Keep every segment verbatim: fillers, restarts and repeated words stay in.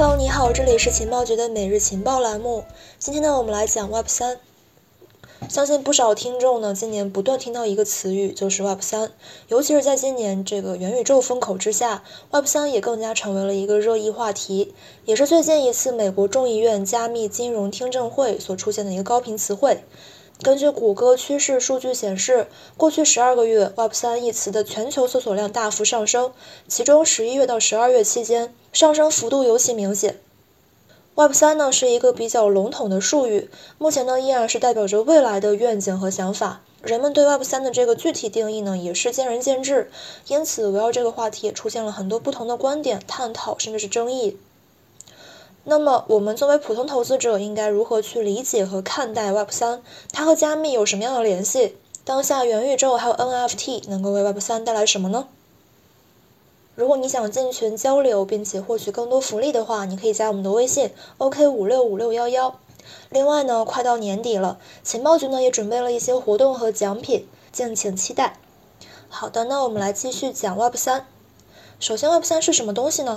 Hello， 你好，这里是情报局的每日情报栏目。今天呢，我们来讲 Web 三。相信不少听众呢，今年不断听到一个词语，就是 Web 三。尤其是在今年这个元宇宙风口之下 ，Web 三也更加成为了一个热议话题，也是最近一次美国众议院加密金融听证会所出现的一个高频词汇。根据谷歌趋势数据显示，过去十二个月 Web 三一词的全球搜索量大幅上升，其中十一月到十二月期间上升幅度尤其明显。Web 三呢是一个比较笼统的术语，目前呢依然是代表着未来的愿景和想法。人们对 Web 三的这个具体定义呢也是见仁见智，因此围绕这个话题也出现了很多不同的观点、探讨甚至是争议。那么我们作为普通投资者应该如何去理解和看待 Web 三？ 它和加密有什么样的联系？当下元宇宙还有 N F T 能够为 Web 三带来什么呢？如果你想进群交流并且获取更多福利的话，你可以加我们的微信 O K 五六五六一一。另外呢，快到年底了，情报局呢也准备了一些活动和奖品，敬请期待。好的，那我们来继续讲 Web 三。首先 Web 三是什么东西呢？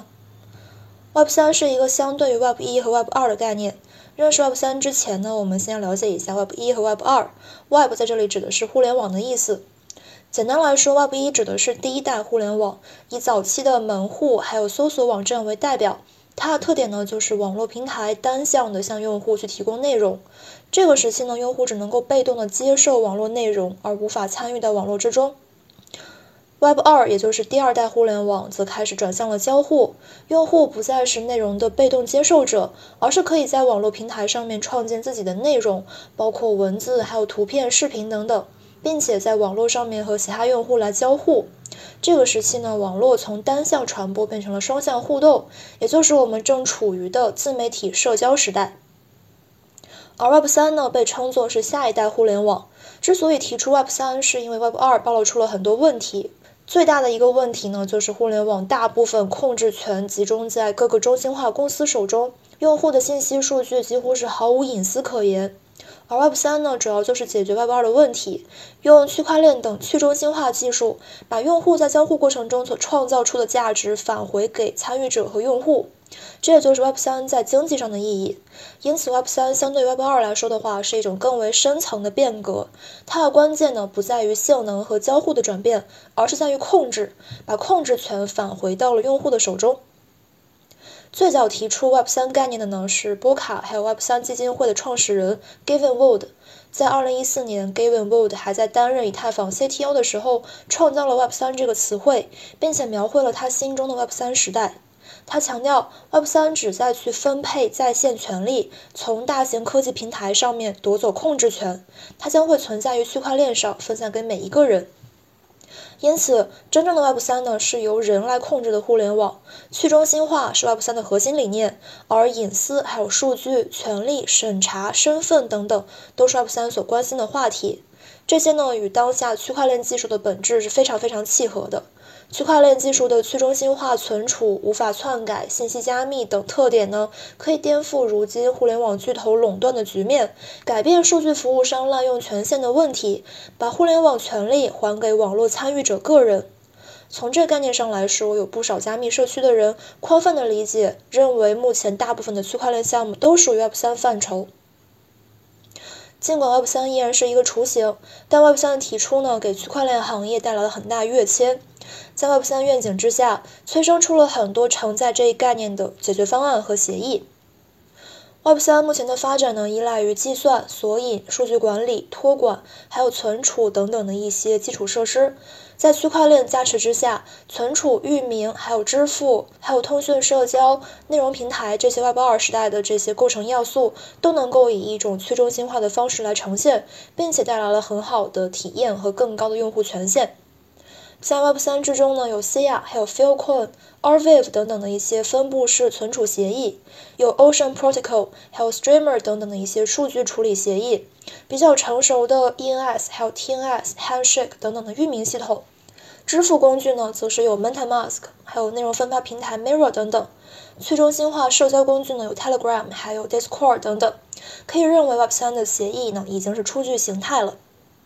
Web 三是一个相对于 Web 一和 Web 二的概念。认识 Web 三之前呢，我们先了解一下 Web 一和 Web 二。Web 在这里指的是互联网的意思。简单来说 ，Web 一指的是第一代互联网，以早期的门户还有搜索网站为代表。它的特点呢，就是网络平台单向的向用户去提供内容。这个时期呢，用户只能够被动的接受网络内容，而无法参与到网络之中。Web 二，也就是第二代互联网，则开始转向了交互，用户不再是内容的被动接受者，而是可以在网络平台上面创建自己的内容，包括文字、还有图片、视频等等。并且在网络上面和其他用户来交互。这个时期呢，网络从单向传播变成了双向互动，也就是我们正处于的自媒体社交时代。而 Web 三呢，被称作是下一代互联网。之所以提出 Web 三，是因为 Web 二暴露出了很多问题。最大的一个问题呢，就是互联网大部分控制权集中在各个中心化公司手中，用户的信息数据几乎是毫无隐私可言。而 Web 三呢，主要就是解决 Web 二的问题，用区块链等去中心化技术，把用户在交互过程中所创造出的价值返回给参与者和用户。这也就是 Web 三在经济上的意义。因此 Web 三相对 Web 二来说的话，是一种更为深层的变革。它的关键呢，不在于性能和交互的转变，而是在于控制，把控制权返回到了用户的手中。最早提出 Web 三 概念的呢是波卡还有 Web 三 基金会的创始人 Gavin Wood。在二零一四年 Gavin Wood 还在担任以太坊 C T O 的时候，创造了 Web 三 这个词汇，并且描绘了他心中的 Web 三 时代。他强调 Web 三 旨在去分配在线权利，从大型科技平台上面夺走控制权，它将会存在于区块链上，分散给每一个人。因此，真正的 Web 三 呢是由人来控制的互联网，去中心化是 Web 三 的核心理念，而隐私还有数据、权利、审查、身份等等，都是 Web 三 所关心的话题。这些呢与当下区块链技术的本质是非常非常契合的。区块链技术的去中心化存储、无法篡改、信息加密等特点呢，可以颠覆如今互联网巨头垄断的局面，改变数据服务商滥用权限的问题，把互联网权利还给网络参与者个人。从这个概念上来说，有不少加密社区的人宽泛的理解，认为目前大部分的区块链项目都属于 Web 三 范畴。尽管 Web 三 依然是一个雏形，但 Web 三 的提出呢，给区块链行业带来了很大跃迁。在 Web 三 愿景之下，催生出了很多承载这一概念的解决方案和协议。Web 三 目前的发展呢，依赖于计算、索引、数据管理、托管，还有存储等等的一些基础设施。在区块链加持之下，存储、域名、还有支付、还有通讯社交、内容平台这些 Web 二 时代的这些构成要素，都能够以一种去中心化的方式来呈现，并且带来了很好的体验和更高的用户权限。在 Web 三 之中呢，有 S I A 还有 Filecoin、Archive 等等的一些分布式存储协议，有 Ocean Protocol 还有 Streamer 等等的一些数据处理协议，比较成熟的 E N S 还有 T N S、Handshake 等等的域名系统。支付工具呢，则是有 MetaMask 还有内容分发平台 Mirror 等等。去中心化社交工具呢，有 Telegram 还有 Discord 等等。可以认为 Web 三 的协议呢，已经是初具形态了。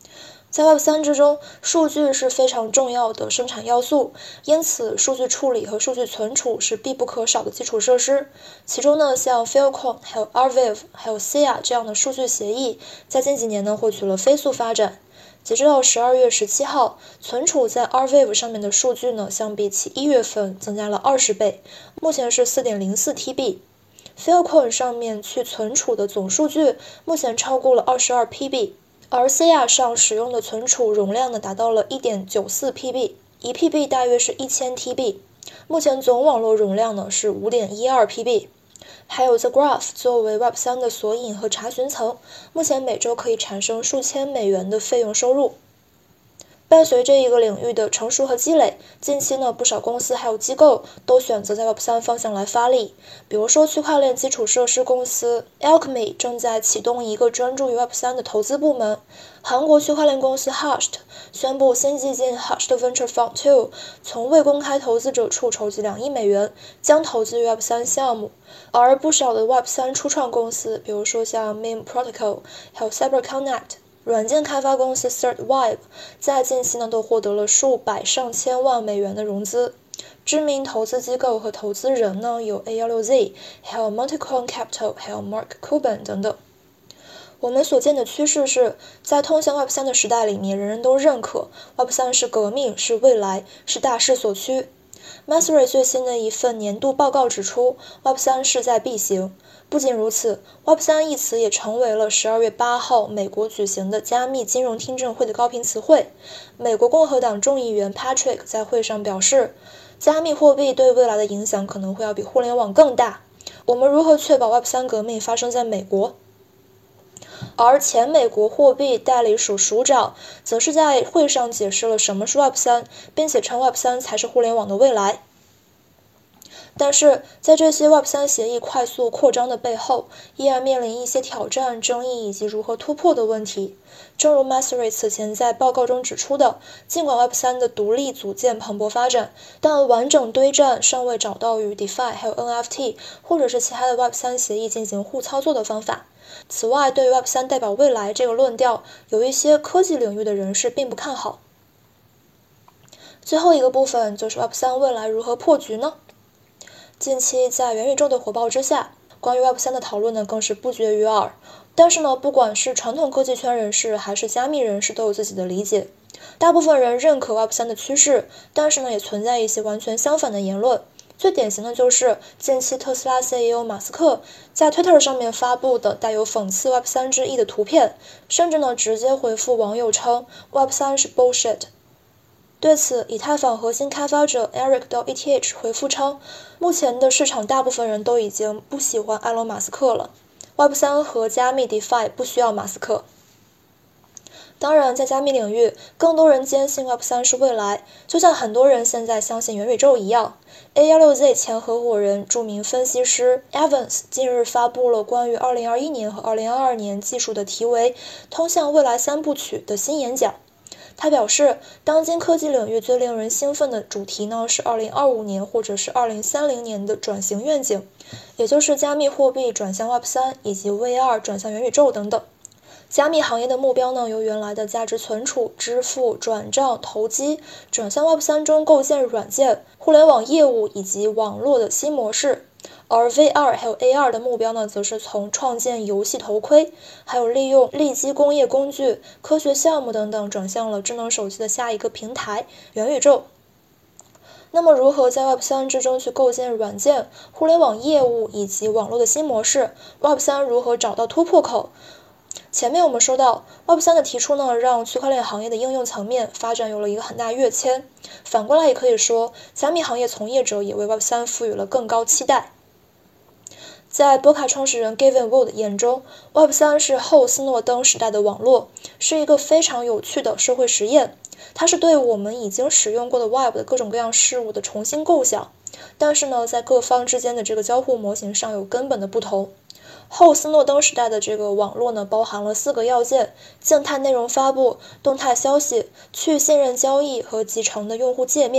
在 Web 三 之中，数据是非常重要的生产要素，因此数据处理和数据存储是必不可少的基础设施。其中呢，像 Filecoin 还有 Archive 还有 S I A 这样的数据协议，在近几年呢获取了飞速发展。截止到十二月十七号，存储在 Archive 上面的数据呢，相比起一月份增加了二十倍，目前是 四点零四 T B。Filecoin 上面去存储的总数据目前超过了二十二 P B。而 S I A 上使用的存储容量呢，达到了 一点九四 P B， 一 P B 大约是一千 T B， 目前总网络容量呢是 五点一二 P B。还有 The Graph 作为 Web 三 的索引和查询层，目前每周可以产生数千美元的费用收入。伴随这一个领域的成熟和积累，近期呢，不少公司还有机构都选择在 Web 三 方向来发力。比如说，区块链基础设施公司 Alchemy 正在启动一个专注于 Web 三 的投资部门。韩国区块链公司 Hashed 宣布新基金 Hashed Venture Fund 二从未公开投资者处筹集两亿美元，将投资于 Web 三 项目。而不少的 Web 三 初创公司，比如说像 Meme Protocol 还有 CyberConnect。软件开发公司 ThirdWive 在近期呢都获得了数百上千万美元的融资。知名投资机构和投资人呢有 A 一六 Z， 还有 Multicoin Capital， 还有 Mark Cuban 等等。我们所见的趋势是在通向 Web 三 的时代里面，人人都认可 Web 三 是革命，是未来，是大势所趋。Messari 最新的一份年度报告指出 ，Web 三 势在必行。不仅如此 ，Web 三 一词也成为了十二月八号美国举行的加密金融听证会的高频词汇。美国共和党众议员 Patrick 在会上表示，加密货币对未来的影响可能会要比互联网更大。我们如何确保 Web 三 革命发生在美国？而前美国货币代理署署长则是在会上解释了什么是 Web 三，并且称 Web 三 才是互联网的未来。但是在这些 Web 三 协议快速扩张的背后，依然面临一些挑战、争议以及如何突破的问题。正如 Messari 此前在报告中指出的，尽管 Web 三 的独立组件蓬勃发展，但完整堆栈尚未找到与 DeFi 还有 N F T 或者是其他的 Web 三 协议进行互操作的方法。此外，对于 Web 三 代表未来这个论调，有一些科技领域的人士并不看好。最后一个部分就是 Web 三 未来如何破局呢？近期在元宇宙的火爆之下，关于 Web 三 的讨论呢更是不绝于耳。但是呢，不管是传统科技圈人士还是加密人士都有自己的理解。大部分人认可 Web 三 的趋势，但是呢也存在一些完全相反的言论。最典型的就是近期特斯拉 C E O 马斯克在 Twitter 上面发布的带有讽刺 Web 三 之意的图片，甚至呢直接回复网友称 Web 三 是 bullshit。对此，以太坊核心开发者 Eric 到 E T H 回复称，目前的市场大部分人都已经不喜欢埃隆·马斯克了 ，Web 三 和加密 DeFi 不需要马斯克。当然，在加密领域，更多人坚信 Web 三 是未来，就像很多人现在相信元宇宙一样。A 一六 Z 前合伙人、著名分析师 Evans 近日发布了关于二零二一年和二零二二年技术的题为“通向未来三部曲”的新演讲。他表示，当今科技领域最令人兴奋的主题呢是二零二五年或者是二零三零年的转型愿景，也就是加密货币转向 Web 三 以及 V R 转向元宇宙等等。加密行业的目标呢，由原来的价值存储、支付、转账、投机，转向 Web 三 中构建软件、互联网业务以及网络的新模式。而 V R 还有 A R 的目标呢，则是从创建游戏头盔，还有利用利基工业工具、科学项目等等，转向了智能手机的下一个平台——元宇宙。那么，如何在 Web 三 之中去构建软件、互联网业务以及网络的新模式 ？Web 三 如何找到突破口？前面我们说到 ，Web 三 的提出呢，让区块链行业的应用层面发展有了一个很大跃迁。反过来也可以说，加密行业从业者也为 Web 三 赋予了更高期待。在波卡创始人 Gavin Wood 眼中 ，Web 三 是后斯诺登时代的网络，是一个非常有趣的社会实验。它是对我们已经使用过的 Web 的各种各样事物的重新构想，但是呢，在各方之间的这个交互模型上有根本的不同。后斯诺登时代的这个网络呢，包含了四个要件：静态内容发布、动态消息、去信任交易和集成的用户界面。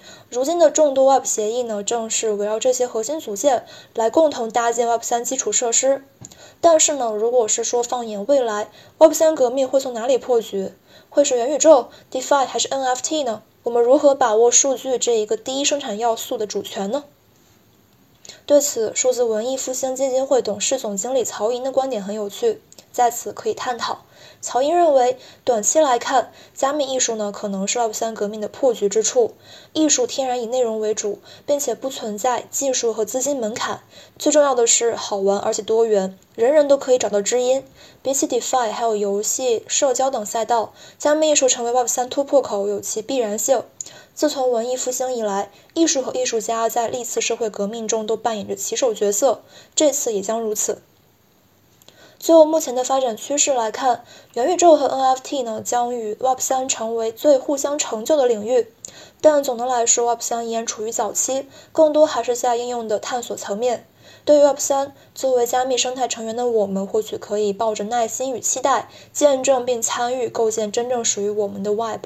如今的众多 Web 协议呢，正是围绕这些核心组件来共同搭建 Web 三 基础设施。但是呢，如果是说放眼未来 ，Web 三 革命会从哪里破局？会是元宇宙、DeFi 还是 N F T 呢？我们如何把握数据这一个第一生产要素的主权呢？对此，数字文艺复兴基金会董事总经理曹寅的观点很有趣，在此可以探讨。曹寅认为，短期来看，加密艺术呢可能是 Web 三 革命的破局之处。艺术天然以内容为主，并且不存在技术和资金门槛。最重要的是好玩而且多元，人人都可以找到知音。比起 DeFi 还有游戏、社交等赛道，加密艺术成为 Web 三 突破口有其必然性。自从文艺复兴以来，艺术和艺术家在历次社会革命中都扮演着旗手角色，这次也将如此。就目前的发展趋势来看，元宇宙和 N F T 呢将与 Web 三 成为最互相成就的领域。但总的来说 ，Web 三 依然处于早期，更多还是在应用的探索层面。对于 Web 三，作为加密生态成员的我们，或许可以抱着耐心与期待，见证并参与构建真正属于我们的 Web。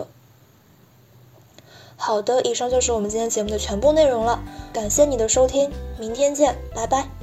好的，以上就是我们今天节目的全部内容了，感谢你的收听，明天见，拜拜。